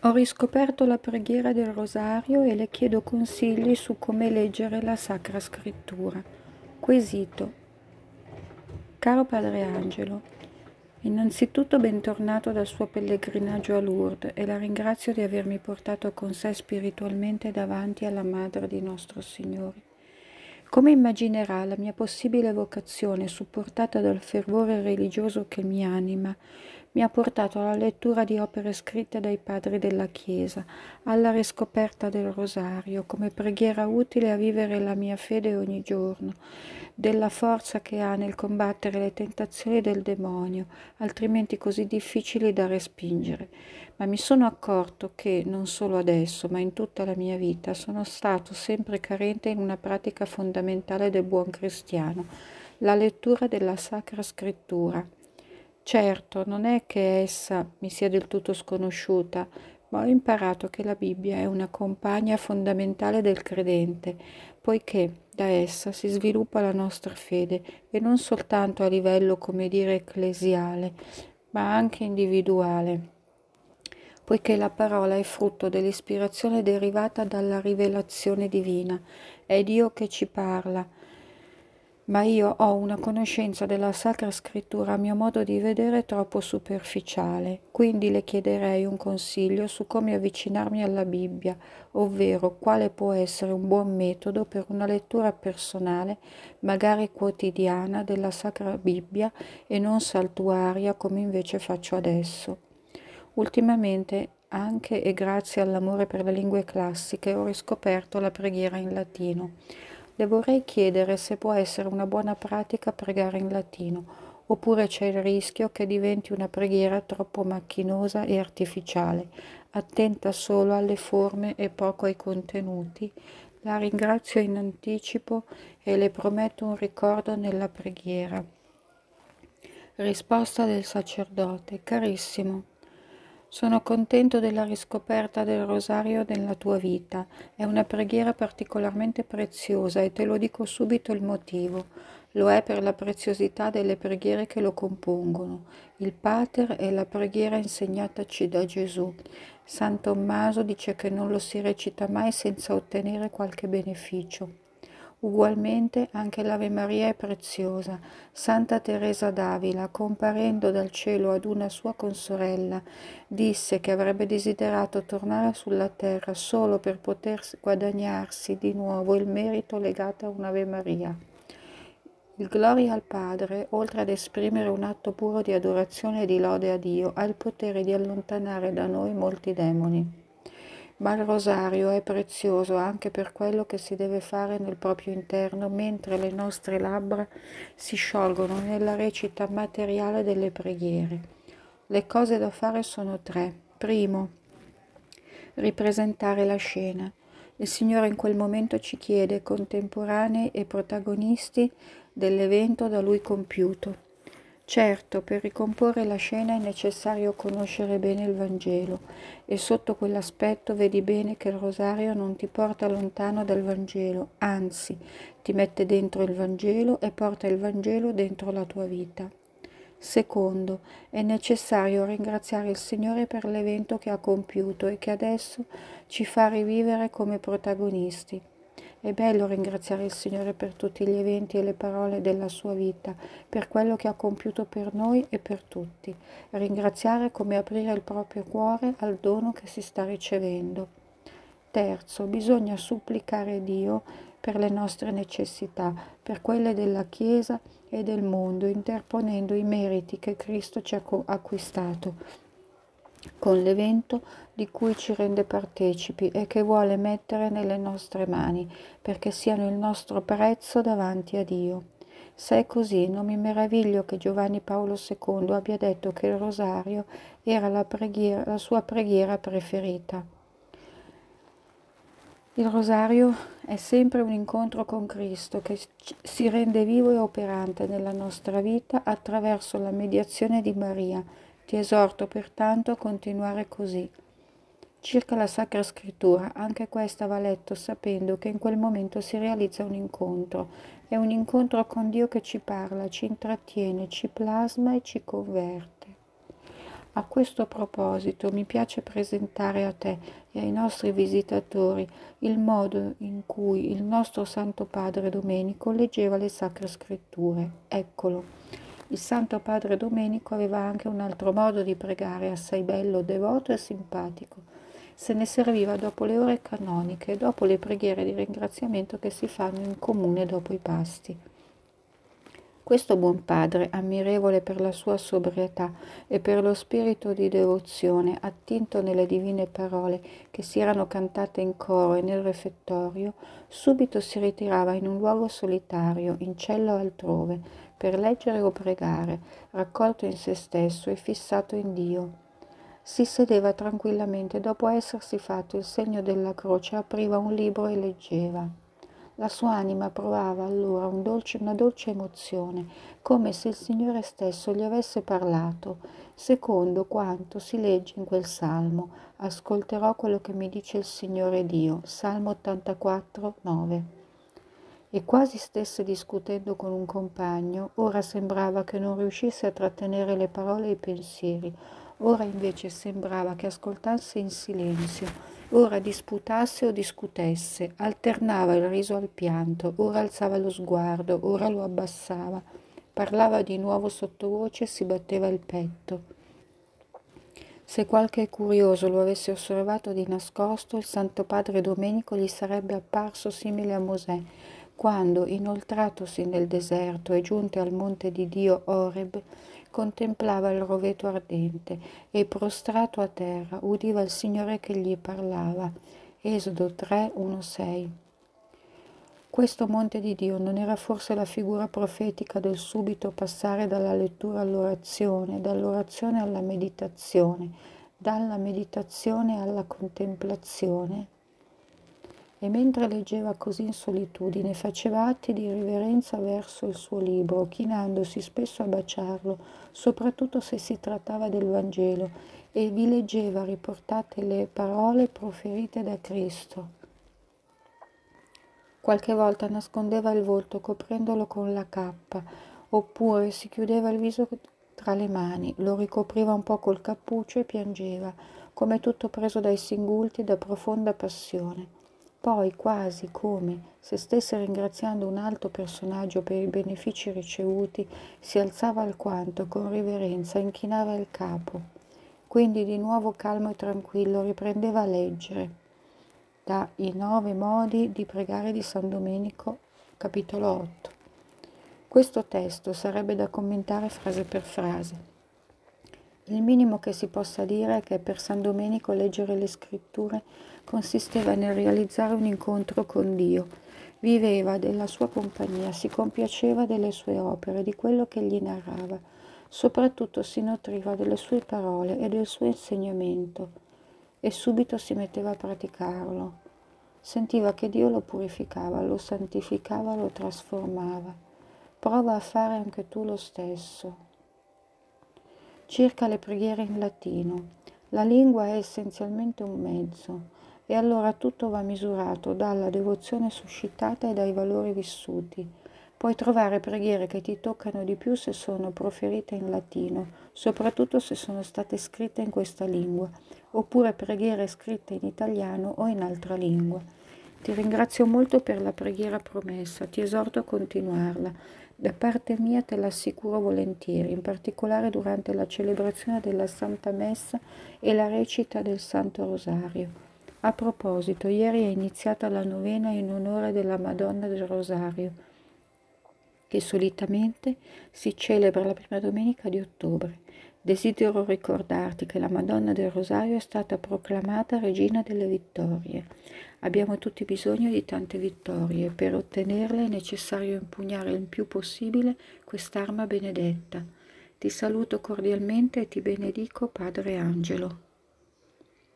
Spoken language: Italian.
Ho riscoperto la preghiera del rosario e le chiedo consigli su come leggere la Sacra Scrittura. Quesito. Caro Padre Angelo, innanzitutto bentornato dal suo pellegrinaggio a Lourdes e la ringrazio di avermi portato con sé spiritualmente davanti alla Madre di nostro Signore. Come immaginerà, la mia possibile vocazione, supportata dal fervore religioso che mi anima, mi ha portato alla lettura di opere scritte dai padri della Chiesa, alla riscoperta del rosario come preghiera utile a vivere la mia fede ogni giorno, della forza che ha nel combattere le tentazioni del demonio, altrimenti così difficili da respingere. Ma mi sono accorto che, non solo adesso, ma in tutta la mia vita, sono stato sempre carente in una pratica fondamentale del buon cristiano, la lettura della Sacra Scrittura. Certo, non è che essa mi sia del tutto sconosciuta, ma ho imparato che la Bibbia è una compagna fondamentale del credente, poiché da essa si sviluppa la nostra fede, e non soltanto a livello, come dire, ecclesiale, ma anche individuale, poiché la parola è frutto dell'ispirazione derivata dalla rivelazione divina. È Dio che ci parla, ma io ho una conoscenza della Sacra Scrittura a mio modo di vedere troppo superficiale, quindi le chiederei un consiglio su come avvicinarmi alla Bibbia, ovvero quale può essere un buon metodo per una lettura personale, magari quotidiana, della Sacra Bibbia e non saltuaria come invece faccio adesso. Ultimamente, anche e grazie all'amore per le lingue classiche, ho riscoperto la preghiera in latino. Le vorrei chiedere se può essere una buona pratica pregare in latino, oppure c'è il rischio che diventi una preghiera troppo macchinosa e artificiale, attenta solo alle forme e poco ai contenuti. La ringrazio in anticipo e le prometto un ricordo nella preghiera. Risposta del sacerdote. Carissimo, sono contento della riscoperta del rosario nella tua vita. È una preghiera particolarmente preziosa e te lo dico subito il motivo. Lo è per la preziosità delle preghiere che lo compongono. Il Pater è la preghiera insegnataci da Gesù. San Tommaso dice che non lo si recita mai senza ottenere qualche beneficio. Ugualmente anche l'Ave Maria è preziosa. Santa Teresa d'Avila, comparendo dal cielo ad una sua consorella, disse che avrebbe desiderato tornare sulla terra solo per poter guadagnarsi di nuovo il merito legato a un'Ave Maria. Il Gloria al Padre, oltre ad esprimere un atto puro di adorazione e di lode a Dio, ha il potere di allontanare da noi molti demoni. Ma il rosario è prezioso anche per quello che si deve fare nel proprio interno mentre le nostre labbra si sciolgono nella recita materiale delle preghiere. Le cose da fare sono tre. Primo, ripresentare la scena. Il Signore in quel momento ci chiede contemporanei e protagonisti dell'evento da Lui compiuto. Certo, per ricomporre la scena è necessario conoscere bene il Vangelo e sotto quell'aspetto vedi bene che il rosario non ti porta lontano dal Vangelo, anzi ti mette dentro il Vangelo e porta il Vangelo dentro la tua vita. Secondo, è necessario ringraziare il Signore per l'evento che ha compiuto e che adesso ci fa rivivere come protagonisti. È bello ringraziare il Signore per tutti gli eventi e le parole della sua vita, per quello che ha compiuto per noi e per tutti. Ringraziare come aprire il proprio cuore al dono che si sta ricevendo. Terzo, bisogna supplicare Dio per le nostre necessità, per quelle della Chiesa e del mondo, interponendo i meriti che Cristo ci ha acquistato con l'evento di cui ci rende partecipi e che vuole mettere nelle nostre mani, perché siano il nostro prezzo davanti a Dio. Se è così, non mi meraviglio che Giovanni Paolo II abbia detto che il rosario era la sua preghiera preferita. Il rosario è sempre un incontro con Cristo che si rende vivo e operante nella nostra vita attraverso la mediazione di Maria. Ti esorto pertanto a continuare così. Circa la Sacra Scrittura, anche questa va letto sapendo che in quel momento si realizza un incontro. È un incontro con Dio che ci parla, ci intrattiene, ci plasma e ci converte. A questo proposito mi piace presentare a te e ai nostri visitatori il modo in cui il nostro Santo Padre Domenico leggeva le Sacre Scritture. Eccolo. Il Santo Padre Domenico aveva anche un altro modo di pregare, assai bello, devoto e simpatico. Se ne serviva dopo le ore canoniche e dopo le preghiere di ringraziamento che si fanno in comune dopo i pasti. Questo buon padre, ammirevole per la sua sobrietà e per lo spirito di devozione attinto nelle divine parole che si erano cantate in coro e nel refettorio, subito si ritirava in un luogo solitario, in cella o altrove, per leggere o pregare, raccolto in se stesso e fissato in Dio. Si sedeva tranquillamente, dopo essersi fatto il segno della croce, apriva un libro e leggeva. La sua anima provava allora una dolce emozione, come se il Signore stesso gli avesse parlato, secondo quanto si legge in quel salmo. Ascolterò quello che mi dice il Signore Dio. Salmo 84, 9. E quasi stesse discutendo con un compagno, ora sembrava che non riuscisse a trattenere le parole e i pensieri, ora invece sembrava che ascoltasse in silenzio, ora disputasse o discutesse, alternava il riso al pianto, ora alzava lo sguardo, ora lo abbassava, parlava di nuovo sottovoce e si batteva il petto. Se qualche curioso lo avesse osservato di nascosto, il Santo Padre Domenico gli sarebbe apparso simile a Mosè, quando, inoltratosi nel deserto e giunto al monte di Dio Oreb, contemplava il roveto ardente e, prostrato a terra, udiva il Signore che gli parlava. Esodo 3, 1, 6. Questo monte di Dio non era forse la figura profetica del subito passare dalla lettura all'orazione, dall'orazione alla meditazione, dalla meditazione alla contemplazione? E mentre leggeva così in solitudine, faceva atti di riverenza verso il suo libro, chinandosi spesso a baciarlo, soprattutto se si trattava del Vangelo, e vi leggeva riportate le parole proferite da Cristo. Qualche volta nascondeva il volto coprendolo con la cappa, oppure si chiudeva il viso tra le mani, lo ricopriva un po' col cappuccio e piangeva, come tutto preso dai singulti da profonda passione. Poi, quasi come se stesse ringraziando un alto personaggio per i benefici ricevuti, si alzava alquanto con riverenza, inchinava il capo. Quindi di nuovo calmo e tranquillo riprendeva a leggere da I 9 modi di pregare di San Domenico, capitolo 8. Questo testo sarebbe da commentare frase per frase. Il minimo che si possa dire è che per San Domenico leggere le scritture consisteva nel realizzare un incontro con Dio. Viveva della sua compagnia, si compiaceva delle sue opere, di quello che gli narrava. Soprattutto si nutriva delle sue parole e del suo insegnamento e subito si metteva a praticarlo. Sentiva che Dio lo purificava, lo santificava, lo trasformava. Prova a fare anche tu lo stesso. Circa le preghiere in latino. La lingua è essenzialmente un mezzo e allora tutto va misurato dalla devozione suscitata e dai valori vissuti. Puoi trovare preghiere che ti toccano di più se sono proferite in latino, soprattutto se sono state scritte in questa lingua, oppure preghiere scritte in italiano o in altra lingua. Ti ringrazio molto per la preghiera promessa, ti esorto a continuarla. Da parte mia te l'assicuro volentieri, in particolare durante la celebrazione della Santa Messa e la recita del Santo Rosario. A proposito, ieri è iniziata la novena in onore della Madonna del Rosario, che solitamente si celebra la prima domenica di ottobre. Desidero ricordarti che la Madonna del Rosario è stata proclamata Regina delle Vittorie. Abbiamo tutti bisogno di tante vittorie. Per ottenerle è necessario impugnare il più possibile quest'arma benedetta. Ti saluto cordialmente e ti benedico, Padre Angelo.